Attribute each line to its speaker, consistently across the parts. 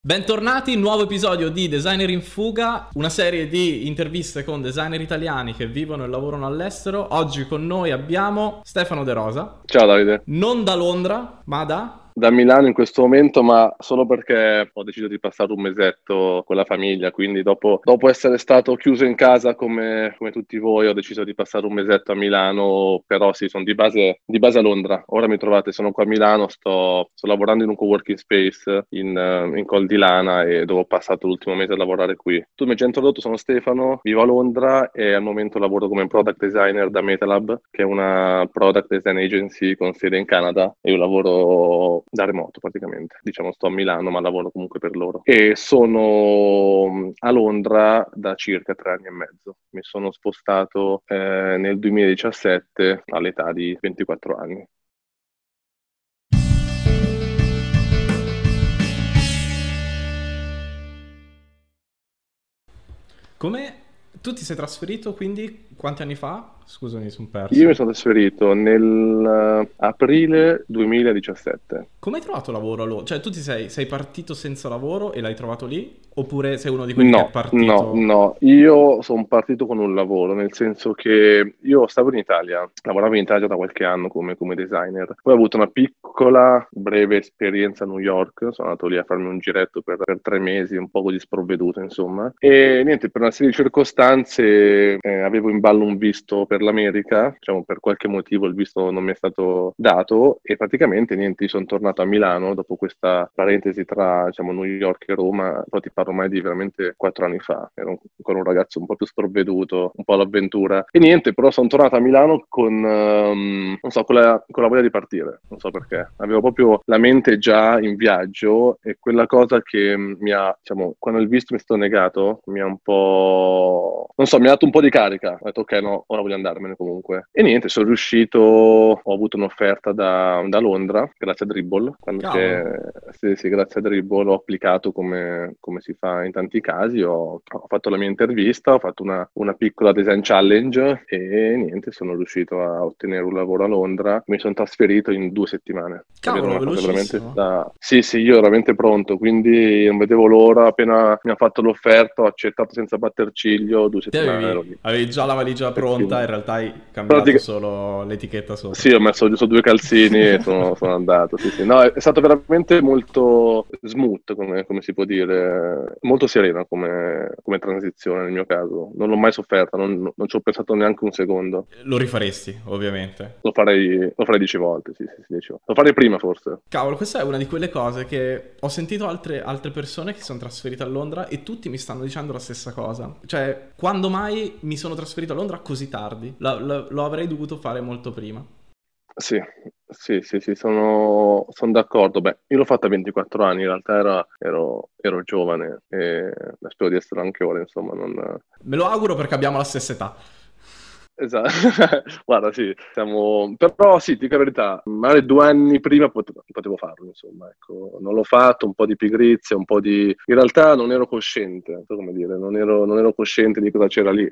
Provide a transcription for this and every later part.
Speaker 1: Bentornati, nuovo episodio di Designer in Fuga, una serie di interviste con designer italiani che vivono e lavorano all'estero. Oggi con noi abbiamo Stefano De Rosa,
Speaker 2: Ciao Davide,
Speaker 1: non da Londra, ma da...
Speaker 2: da Milano in questo momento, ma solo perché ho deciso di passare un mesetto con la famiglia, quindi dopo essere stato chiuso in casa come tutti voi, ho deciso di passare un mesetto a Milano, però sì, sono di base a Londra. Ora mi trovate, sono qua a Milano, sto lavorando in un coworking space in Col di Lana e dove ho passato l'ultimo mese a lavorare qui. Tu mi hai già introdotto, sono Stefano, vivo a Londra e al momento lavoro come product designer da Metalab, che è una product design agency con sede in Canada, e io lavoro da remoto praticamente. Diciamo, sto a Milano, ma lavoro comunque per loro. E sono a Londra da circa 3 anni e mezzo. Mi sono spostato nel 2017 all'età di 24 anni.
Speaker 1: Come... Tu ti sei trasferito quindi quanti anni fa? Scusami, sono
Speaker 2: Io mi
Speaker 1: perso.
Speaker 2: sono trasferito nel aprile 2017.
Speaker 1: Come hai trovato lavoro a Londra? Cioè tu sei partito senza lavoro e l'hai trovato lì? Oppure sei uno di quelli che è
Speaker 2: No, no,
Speaker 1: partito...
Speaker 2: no, io sono partito con un lavoro, nel senso che io stavo in Italia, lavoravo in Italia da qualche anno come designer, poi ho avuto una piccola, breve esperienza a New York, sono andato lì a farmi un giretto per 3 mesi, un po' così sprovveduto, insomma, e niente, per una serie di circostanze avevo in ballo un visto per l'America, diciamo per qualche motivo il visto non mi è stato dato e praticamente niente, io sono tornato a Milano dopo questa parentesi tra, diciamo, New York e Roma, poi ti parlo ormai di veramente 4 anni fa, ero ancora un ragazzo un po' più sprovveduto, un po' all'avventura. E niente, però sono tornato a Milano non so, con la voglia di partire, non so perché. Avevo proprio la mente già in viaggio e quella cosa che mi ha, diciamo, quando il visto mi è stato negato, mi ha un po', non so, mi ha dato un po' di carica. Ho detto, ok, no, ora voglio andarmene comunque. E niente, sono riuscito, ho avuto un'offerta da Londra, grazie a Dribble, quando si
Speaker 1: Cavolo.
Speaker 2: è, sì, sì, grazie a Dribble ho applicato come si fa in tanti casi, ho fatto la mia intervista, ho fatto una piccola design challenge e niente, sono riuscito a ottenere un lavoro a Londra. Mi sono trasferito in 2 settimane. Davvero
Speaker 1: Cavolo,
Speaker 2: una cosa veramente
Speaker 1: velocissimo.
Speaker 2: da... Sì, sì, io ero veramente pronto, quindi non vedevo l'ora. Appena mi ha fatto l'offerta, ho accettato senza batter ciglio, due
Speaker 1: Te
Speaker 2: settimane ero
Speaker 1: avevi,
Speaker 2: lì.
Speaker 1: avevi già la valigia
Speaker 2: E
Speaker 1: pronta, in
Speaker 2: quindi...
Speaker 1: realtà hai cambiato
Speaker 2: pratica-
Speaker 1: solo l'etichetta sopra.
Speaker 2: Sì, ho messo giusto due calzini e sono andato. Sì, sì. No, è stato veramente molto smooth, come si può dire, molto serena come transizione nel mio caso. Non l'ho mai sofferta, non ci ho pensato neanche un secondo.
Speaker 1: Lo rifaresti, ovviamente.
Speaker 2: Lo farei 10 volte, sì, sì, sì, 10 volte. Lo farei prima forse.
Speaker 1: Cavolo, questa è una di quelle cose che ho sentito altre persone che si sono trasferite a Londra e tutti mi stanno dicendo la stessa cosa. Cioè, quando mai mi sono trasferito a Londra così tardi? Lo avrei dovuto fare molto prima.
Speaker 2: Sì, sì, sì, sì, sono d'accordo. Beh, io l'ho fatta a 24 anni, in realtà ero giovane e spero di essere anche ora, insomma, non...
Speaker 1: Me lo auguro perché abbiamo la stessa età.
Speaker 2: Esatto, guarda, sì, siamo... però sì, dico la verità, magari 2 anni prima potevo farlo, insomma, ecco, non l'ho fatto, un po' di pigrizia, un po' di... In realtà non ero cosciente, non so come dire, non ero cosciente di cosa c'era lì,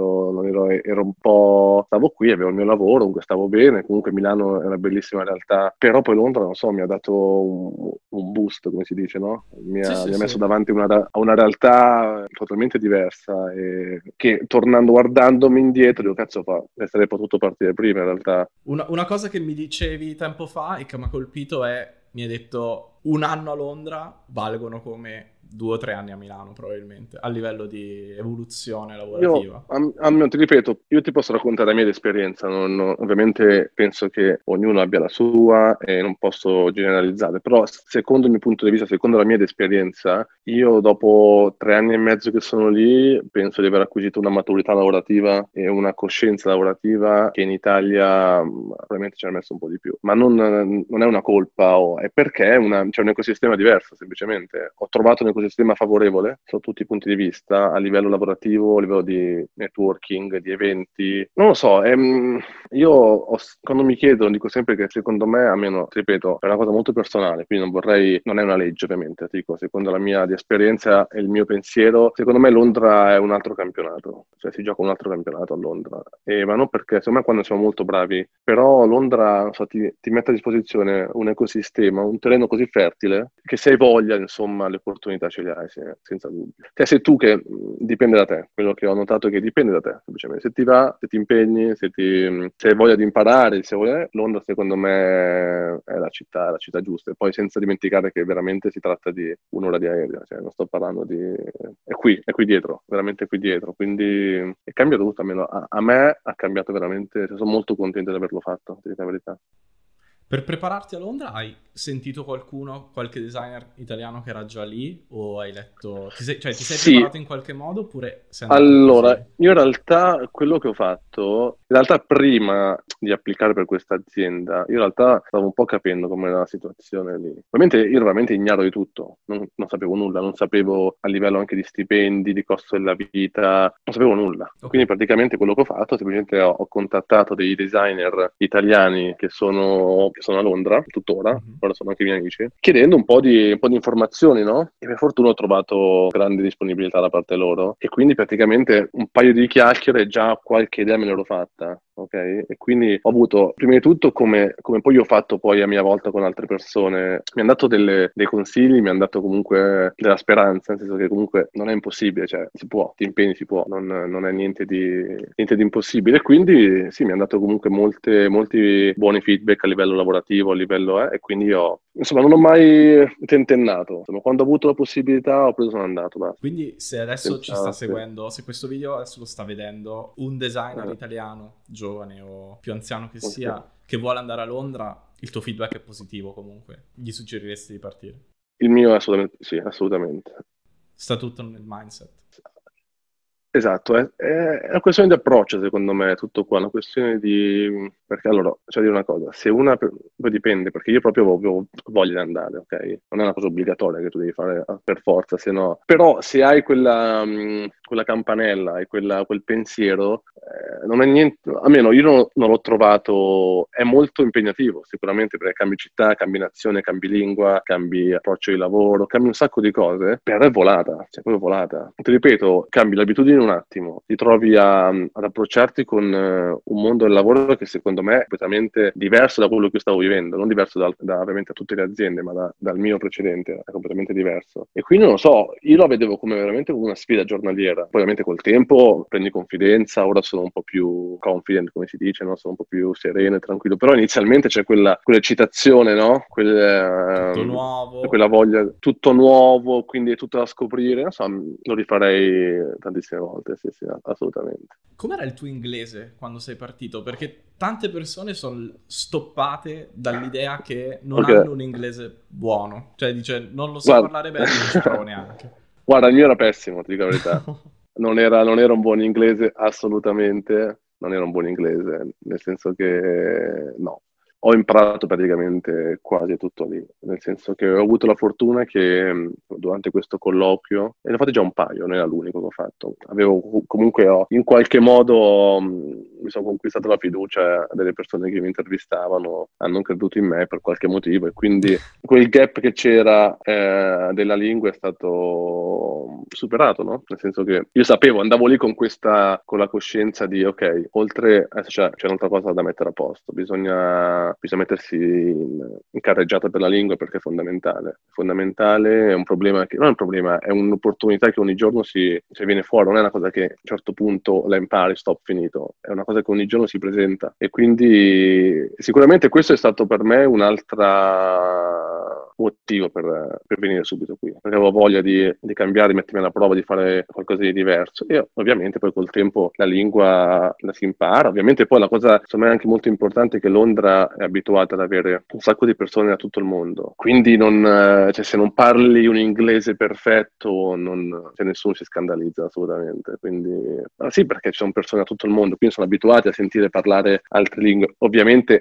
Speaker 2: ero un po'... Stavo qui, avevo il mio lavoro, comunque stavo bene, comunque Milano è una bellissima realtà, però poi Londra, non so, mi ha dato un boost, come si dice, no? Mi
Speaker 1: Sì,
Speaker 2: ha,
Speaker 1: sì,
Speaker 2: mi ha messo
Speaker 1: sì.
Speaker 2: davanti a una realtà totalmente diversa e che tornando, guardandomi indietro, dico, cazzo fa, ne sarei potuto partire prima in realtà.
Speaker 1: Una cosa che mi dicevi tempo fa e che mi ha colpito è, mi hai detto, un anno a Londra valgono come 2 o 3 anni a Milano, probabilmente, a livello di evoluzione
Speaker 2: Io,
Speaker 1: lavorativa.
Speaker 2: ti ripeto, io ti posso raccontare la mia esperienza, ovviamente penso che ognuno abbia la sua e non posso generalizzare, però secondo il mio punto di vista, secondo la mia esperienza, io dopo 3 anni e mezzo che sono lì, penso di aver acquisito una maturità lavorativa e una coscienza lavorativa che in Italia probabilmente ci ha messo un po' di più, ma non è una colpa, è perché c'è un ecosistema diverso, semplicemente. Ho trovato un ecosistema favorevole sotto tutti i punti di vista, a livello lavorativo, a livello di networking, di eventi. Non lo so, quando mi chiedono, dico sempre che secondo me, almeno, ti ripeto, è una cosa molto personale, quindi non è una legge ovviamente, dico, secondo la mia di esperienza e il mio pensiero, secondo me Londra è un altro campionato, cioè si gioca un altro campionato a Londra, ma non perché, secondo me quando siamo molto bravi, però Londra, non so, ti mette a disposizione un ecosistema, un terreno così fertile, che se hai voglia, insomma, le opportunità ce le hai, senza dubbio. Cioè, sei tu che dipende da te, quello che ho notato è che dipende da te, semplicemente. Se ti va, se ti impegni, se hai voglia di imparare, se vuoi, Londra secondo me è la città giusta. E poi senza dimenticare che veramente si tratta di un'ora di aereo, cioè non sto parlando di... è qui dietro, veramente qui dietro, quindi è cambiato tutto, almeno a me ha cambiato veramente, sono molto contento di averlo fatto, ti dico la verità.
Speaker 1: Per prepararti a Londra hai sentito qualcuno, qualche designer italiano che era già lì o hai letto, ti sei
Speaker 2: Sì,
Speaker 1: preparato in qualche modo oppure sei andato
Speaker 2: allora,
Speaker 1: così?
Speaker 2: io in realtà quello che ho fatto, in realtà prima di applicare per questa azienda, io in realtà stavo un po' capendo com'era la situazione lì. Ovviamente io ero veramente ignaro di tutto, non sapevo nulla, non sapevo a livello anche di stipendi, di costo della vita, non sapevo nulla.
Speaker 1: Ok.
Speaker 2: Quindi praticamente quello che ho fatto, semplicemente ho contattato dei designer italiani che sono a Londra, tuttora,
Speaker 1: Mhm.
Speaker 2: ora sono anche miei amici, chiedendo un po' di informazioni, no? E per fortuna ho trovato grande disponibilità da parte loro e quindi praticamente un paio di chiacchiere già qualche idea me l'ero fatta, ok? E quindi ho avuto, prima di tutto, come poi ho fatto poi a mia volta con altre persone, mi hanno dato dei consigli, mi hanno dato comunque della speranza, nel senso che comunque non è impossibile, cioè si può, ti impegni, si può, non è niente di impossibile. E quindi sì, mi hanno dato comunque molti buoni feedback a livello lavorativo, a livello, e quindi io, insomma, non ho mai tentennato. Insomma, quando ho avuto la possibilità ho preso e sono andato, basta.
Speaker 1: Quindi se adesso ci sta
Speaker 2: Senza, sì.
Speaker 1: seguendo, se questo video adesso lo sta vedendo un designer
Speaker 2: Eh,
Speaker 1: italiano, giovane o più anziano che
Speaker 2: ok.
Speaker 1: sia, che vuole andare a Londra, il tuo feedback è positivo comunque. Gli suggeriresti di partire?
Speaker 2: Il mio è assolutamente, sì, assolutamente.
Speaker 1: Sta tutto nel mindset.
Speaker 2: Esatto, è una questione di approccio, secondo me, è tutto qua, una questione di... Perché allora, c'è da dire una cosa, se una... Poi dipende, perché io proprio avevo voglia di andare, ok? Non è una cosa obbligatoria che tu devi fare per forza, se no... Però se hai quella campanella e quel pensiero, non è niente... Almeno io non l'ho trovato... È molto impegnativo, sicuramente, perché cambi città, cambi nazione, cambi lingua, cambi approccio di lavoro, cambi un sacco di cose, però è volata, cioè proprio volata. Ti ripeto, cambi l'abitudine un attimo, ti trovi ad approcciarti con un mondo del lavoro che secondo me è completamente diverso da quello che io stavo vivendo, non diverso ovviamente da tutte le aziende, ma dal mio precedente, è completamente diverso. E quindi non lo so, io lo vedevo come veramente una sfida giornaliera. Poi ovviamente col tempo prendi confidenza, ora sono un po' più confident, come si dice, no? Sono un po' più sereno e tranquillo, però inizialmente c'è quell'eccitazione, no?
Speaker 1: Tutto nuovo.
Speaker 2: Quella voglia, tutto nuovo, quindi è tutto da scoprire, non so, lo rifarei tantissime volte, sì, sì, assolutamente.
Speaker 1: Com'era il tuo inglese quando sei partito? Perché tante persone sono stoppate dall'idea che non
Speaker 2: Ok,
Speaker 1: hanno un inglese buono. Cioè dice non lo so
Speaker 2: guarda,
Speaker 1: parlare bene, non ci provo neanche.
Speaker 2: guarda, il mio era pessimo, ti dico la verità. Non era un buon inglese, assolutamente, non era un buon inglese, nel senso che no, ho imparato praticamente quasi tutto lì, nel senso che ho avuto la fortuna che durante questo colloquio, e ne ho fatti già un paio, non era l'unico che ho fatto, comunque in qualche modo mi sono conquistato la fiducia delle persone che mi intervistavano, hanno creduto in me per qualche motivo e quindi quel gap che c'era della lingua è stato superato, no? Nel senso che io sapevo, andavo lì con la coscienza di, ok, oltre, adesso c'è un'altra cosa da mettere a posto, bisogna mettersi in carreggiata per la lingua perché è fondamentale. È fondamentale, è un problema che, non è un problema, è un'opportunità che ogni giorno cioè viene fuori, non è una cosa che a un certo punto la impari, stop, finito, è una cosa che ogni giorno si presenta e quindi sicuramente questo è stato per me un'altra motivo per venire subito qui, perché avevo voglia di cambiare, di mettermi alla prova, di fare qualcosa di diverso e ovviamente poi col tempo la lingua la si impara, ovviamente poi la cosa secondo me anche molto importante è che Londra è abituata ad avere un sacco di persone da tutto il mondo, quindi cioè, se non parli un inglese perfetto cioè, nessuno si scandalizza assolutamente, quindi sì perché ci sono persone da tutto il mondo, quindi sono abituati a sentire parlare altre lingue, ovviamente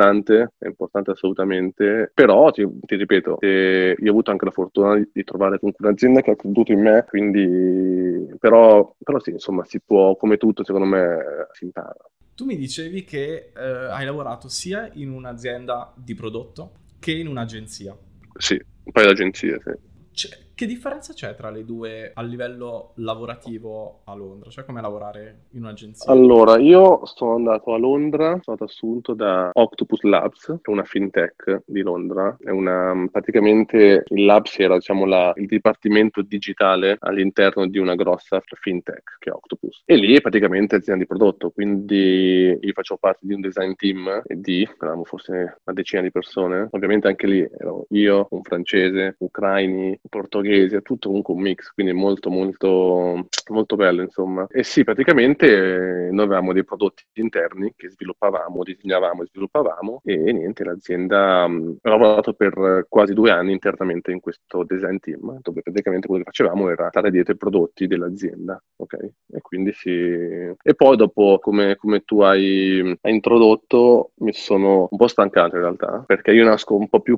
Speaker 2: è importante assolutamente, però ti ripeto, io ho avuto anche la fortuna di trovare comunque un'azienda che ha creduto in me, quindi però sì, insomma, si può, come tutto, secondo me, si impara.
Speaker 1: Tu mi dicevi che hai lavorato sia in un'azienda di prodotto che in un'agenzia.
Speaker 2: Sì, un paio di agenzie, sì.
Speaker 1: Cioè, Che differenza c'è tra le due a livello lavorativo a Londra? Cioè come lavorare in un'agenzia?
Speaker 2: Allora, io sono andato a Londra, sono stato assunto da Octopus Labs, che è una fintech di Londra. Praticamente il Labs era, diciamo, il dipartimento digitale all'interno di una grossa fintech che è Octopus. E lì è praticamente azienda di prodotto, quindi io faccio parte di un design team eravamo forse una decina di persone. Ovviamente anche lì ero io, un francese, ucraini, un portoghese, tutto comunque un mix, quindi molto molto molto bello, insomma. E sì, praticamente noi avevamo dei prodotti interni che sviluppavamo, disegnavamo e sviluppavamo e niente, l'azienda ha lavorato per quasi 2 anni internamente in questo design team, dove praticamente quello che facevamo era stare dietro i prodotti dell'azienda, ok? E quindi sì. E poi dopo, come tu hai introdotto, mi sono un po' stancato in realtà, perché io nasco un po' più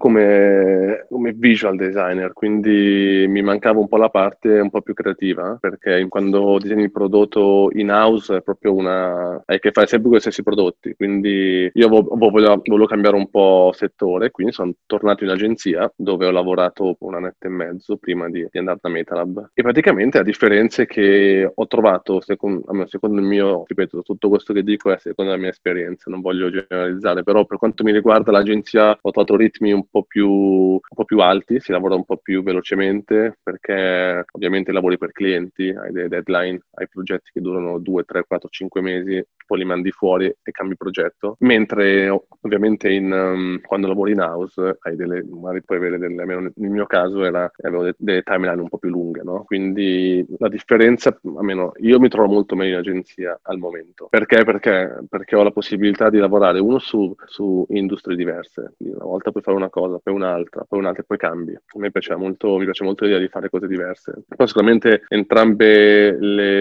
Speaker 2: come visual designer, quindi mi mancava un po' la parte un po' più creativa, perché quando disegni il prodotto in-house è proprio hai che fare sempre con gli stessi prodotti, quindi io volevo cambiare un po' settore, quindi sono tornato in agenzia dove ho lavorato 1 annetto e mezzo prima di andare da MetaLab. E praticamente la differenza è che ho trovato, almeno secondo il mio, ripeto, tutto questo che dico è secondo la mia esperienza, non voglio generalizzare, però per quanto mi riguarda l'agenzia ho trovato ritmi un po' più alti, si lavora un po' più velocemente perché ovviamente lavori per clienti, hai delle deadline, hai progetti che durano 2, 3, 4, 5 mesi, poi li mandi fuori e cambi progetto, mentre ovviamente quando lavori in house magari puoi avere almeno nel mio caso avevo delle timeline un po' più lunghe, no? Quindi la differenza, almeno io mi trovo molto meglio in agenzia al momento. Perché? Perché ho la possibilità di lavorare uno su industrie diverse, quindi una volta puoi fare una cosa, poi un'altra e poi cambi. A me mi piace molto l'idea di fare cose diverse. Poi sicuramente entrambe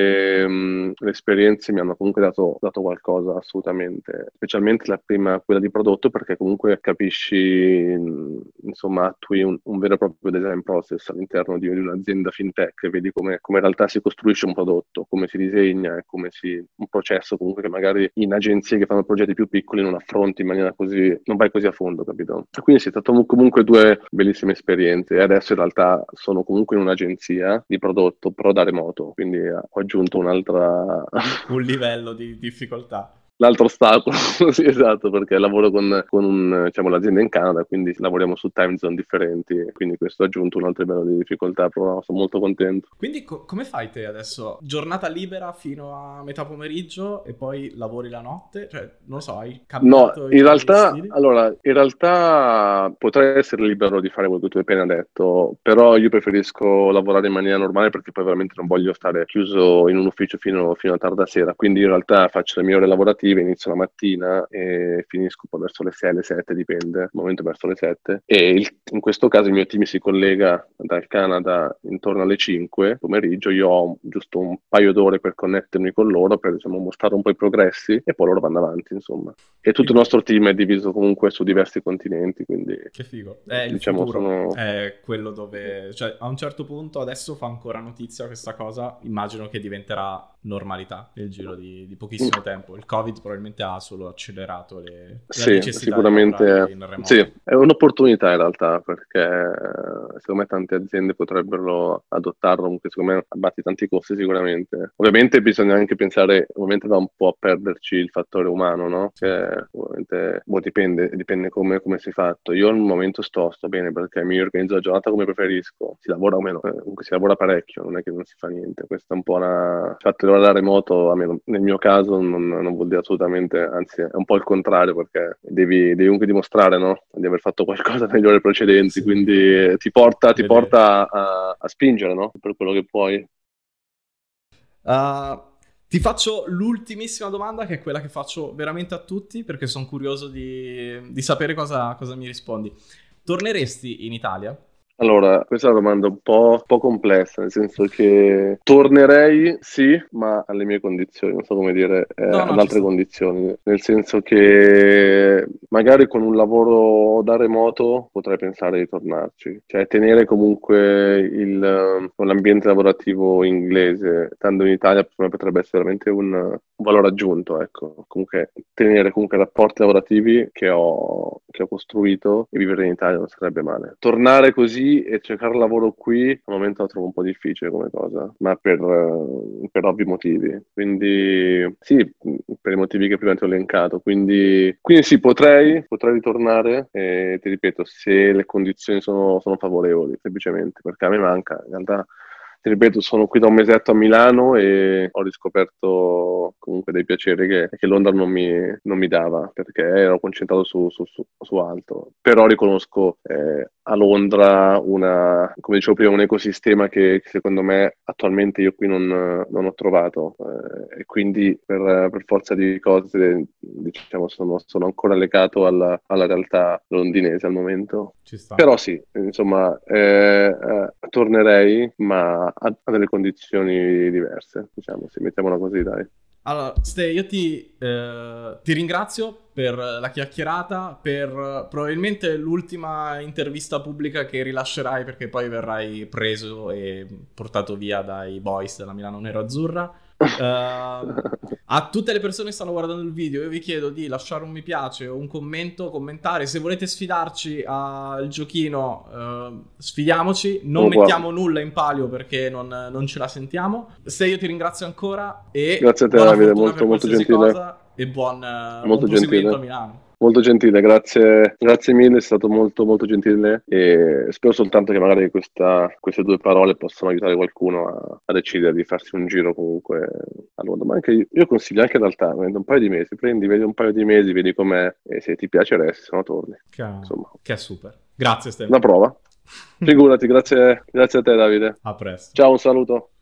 Speaker 2: le esperienze mi hanno comunque dato qualcosa assolutamente, specialmente la prima, quella di prodotto, perché comunque capisci, insomma, attui un vero e proprio design process all'interno di un'azienda fintech e vedi come in realtà si costruisce un prodotto, come si disegna e un processo comunque che magari in agenzie che fanno progetti più piccoli non affronti in maniera così, non vai così a fondo, capito? Quindi è stato comunque 2 bellissime esperienze e adesso in realtà sono comunque in un'agenzia di prodotto, però da remoto, quindi ho aggiunto un'altra
Speaker 1: Un livello di difficoltà.
Speaker 2: l'altro ostacolo, sì, esatto, perché lavoro diciamo, l'azienda in Canada, quindi lavoriamo su time zone differenti, quindi questo ha aggiunto un altro livello di difficoltà, però sono molto contento.
Speaker 1: Quindi come fai te adesso? Giornata libera fino a metà pomeriggio e poi lavori la notte? Cioè, non lo so, hai
Speaker 2: No,
Speaker 1: cambiato i tuoi stili?
Speaker 2: in realtà potrei essere libero di fare quello che tu hai appena detto, però io preferisco lavorare in maniera normale perché poi veramente non voglio stare chiuso in un ufficio fino a tarda sera, quindi in realtà faccio le mie ore lavorative, inizio la mattina e finisco poi verso le 6, le 7, dipende, al momento verso le 7, e in questo caso il mio team si collega dal Canada intorno alle 5 pomeriggio, io ho giusto un paio d'ore per connettermi con loro, per diciamo, mostrare un po' i progressi e poi loro vanno avanti, insomma. E tutto il
Speaker 1: Quindi,
Speaker 2: nostro team è diviso comunque su diversi continenti, quindi
Speaker 1: che figo. È il
Speaker 2: diciamo
Speaker 1: futuro,
Speaker 2: sono...
Speaker 1: è quello dove, cioè, a un certo punto adesso fa ancora notizia questa cosa, immagino che diventerà normalità nel giro di pochissimo tempo. Il Covid probabilmente ha solo accelerato la
Speaker 2: Sì,
Speaker 1: necessità di lavorare
Speaker 2: sicuramente
Speaker 1: in
Speaker 2: sì,
Speaker 1: remoto.
Speaker 2: è un'opportunità in realtà perché secondo me tante aziende potrebbero adottarlo, comunque secondo me abbatti tanti costi sicuramente. Ovviamente bisogna anche pensare, ovviamente va un po' a perderci il fattore umano, no?
Speaker 1: Sì.
Speaker 2: Che ovviamente dipende come sei fatto. Io al momento sto bene perché mi organizzo la giornata come preferisco, si lavora o meno, comunque si lavora parecchio, non è che non si fa niente. Questa è un po' il fatto di lavorare da remoto, almeno nel mio caso, non vuol dire assolutamente, anzi è un po' il contrario perché devi comunque dimostrare, no? Di aver fatto qualcosa meglio delle precedenti,
Speaker 1: Sì,
Speaker 2: quindi ti
Speaker 1: vedere.
Speaker 2: porta a spingere, no? Per quello che puoi.
Speaker 1: Uh, Ti faccio l'ultimissima domanda, che è quella che faccio veramente a tutti, perché sono curioso di sapere cosa mi rispondi. Torneresti in Italia?
Speaker 2: Allora, questa è una domanda un po' complessa, nel senso che tornerei, sì, ma alle mie condizioni, non so come dire,
Speaker 1: No, no,
Speaker 2: ad
Speaker 1: ci
Speaker 2: altre
Speaker 1: sta.
Speaker 2: condizioni, nel senso che magari con un lavoro da remoto potrei pensare di tornarci, cioè tenere comunque l'ambiente lavorativo inglese, stando in Italia, per me potrebbe essere veramente un valore aggiunto, ecco, comunque tenere comunque rapporti lavorativi che ho che ho costruito, e vivere in Italia non sarebbe male. Tornare così e cercare lavoro qui al momento la trovo un po' difficile come cosa, ma per ovvi motivi. Quindi sì, per i motivi che prima ti ho elencato. Quindi sì, potrei ritornare, e ti ripeto, se le condizioni sono favorevoli, semplicemente, perché a me manca. In realtà, ti ripeto, sono qui da un mesetto a Milano e ho riscoperto comunque dei piaceri che Londra non mi dava, perché ero concentrato su altro. Però riconosco a Londra come dicevo prima, un ecosistema che secondo me attualmente io qui non ho trovato. E quindi per forza di cose, diciamo, sono ancora legato alla realtà londinese al momento.
Speaker 1: Ci sta.
Speaker 2: Però sì, insomma, tornerei, ma a delle condizioni diverse, diciamo, se mettiamola così, dai.
Speaker 1: Allora, Ste, io ti ringrazio per la chiacchierata, per probabilmente l'ultima intervista pubblica che rilascerai, perché poi verrai preso e portato via dai boys della Milano Nero Azzurra. A tutte le persone che stanno guardando il video, io vi chiedo di lasciare un mi piace o un commento, commentare. Se volete sfidarci al giochino, sfidiamoci. Non mettiamo nulla in palio perché non ce la sentiamo. Se io ti ringrazio ancora e
Speaker 2: Grazie a te,
Speaker 1: buona
Speaker 2: Davide,
Speaker 1: fortuna
Speaker 2: molto,
Speaker 1: per
Speaker 2: molto
Speaker 1: qualsiasi
Speaker 2: gentile.
Speaker 1: cosa e buon
Speaker 2: Molto
Speaker 1: proseguimento a
Speaker 2: gentile.
Speaker 1: Milano.
Speaker 2: Molto gentile, grazie mille, è stato molto molto gentile, e spero soltanto che magari queste due parole possano aiutare qualcuno a decidere di farsi un giro comunque a Londra. Ma anche io consiglio anche in realtà, un paio di mesi, vedi un paio di mesi, vedi com'è, e se ti piace resti, se no torni. Insomma,
Speaker 1: Che è super. Grazie,
Speaker 2: una
Speaker 1: Stefano.
Speaker 2: prova. Figurati, grazie a te, Davide.
Speaker 1: A presto.
Speaker 2: Ciao, un saluto.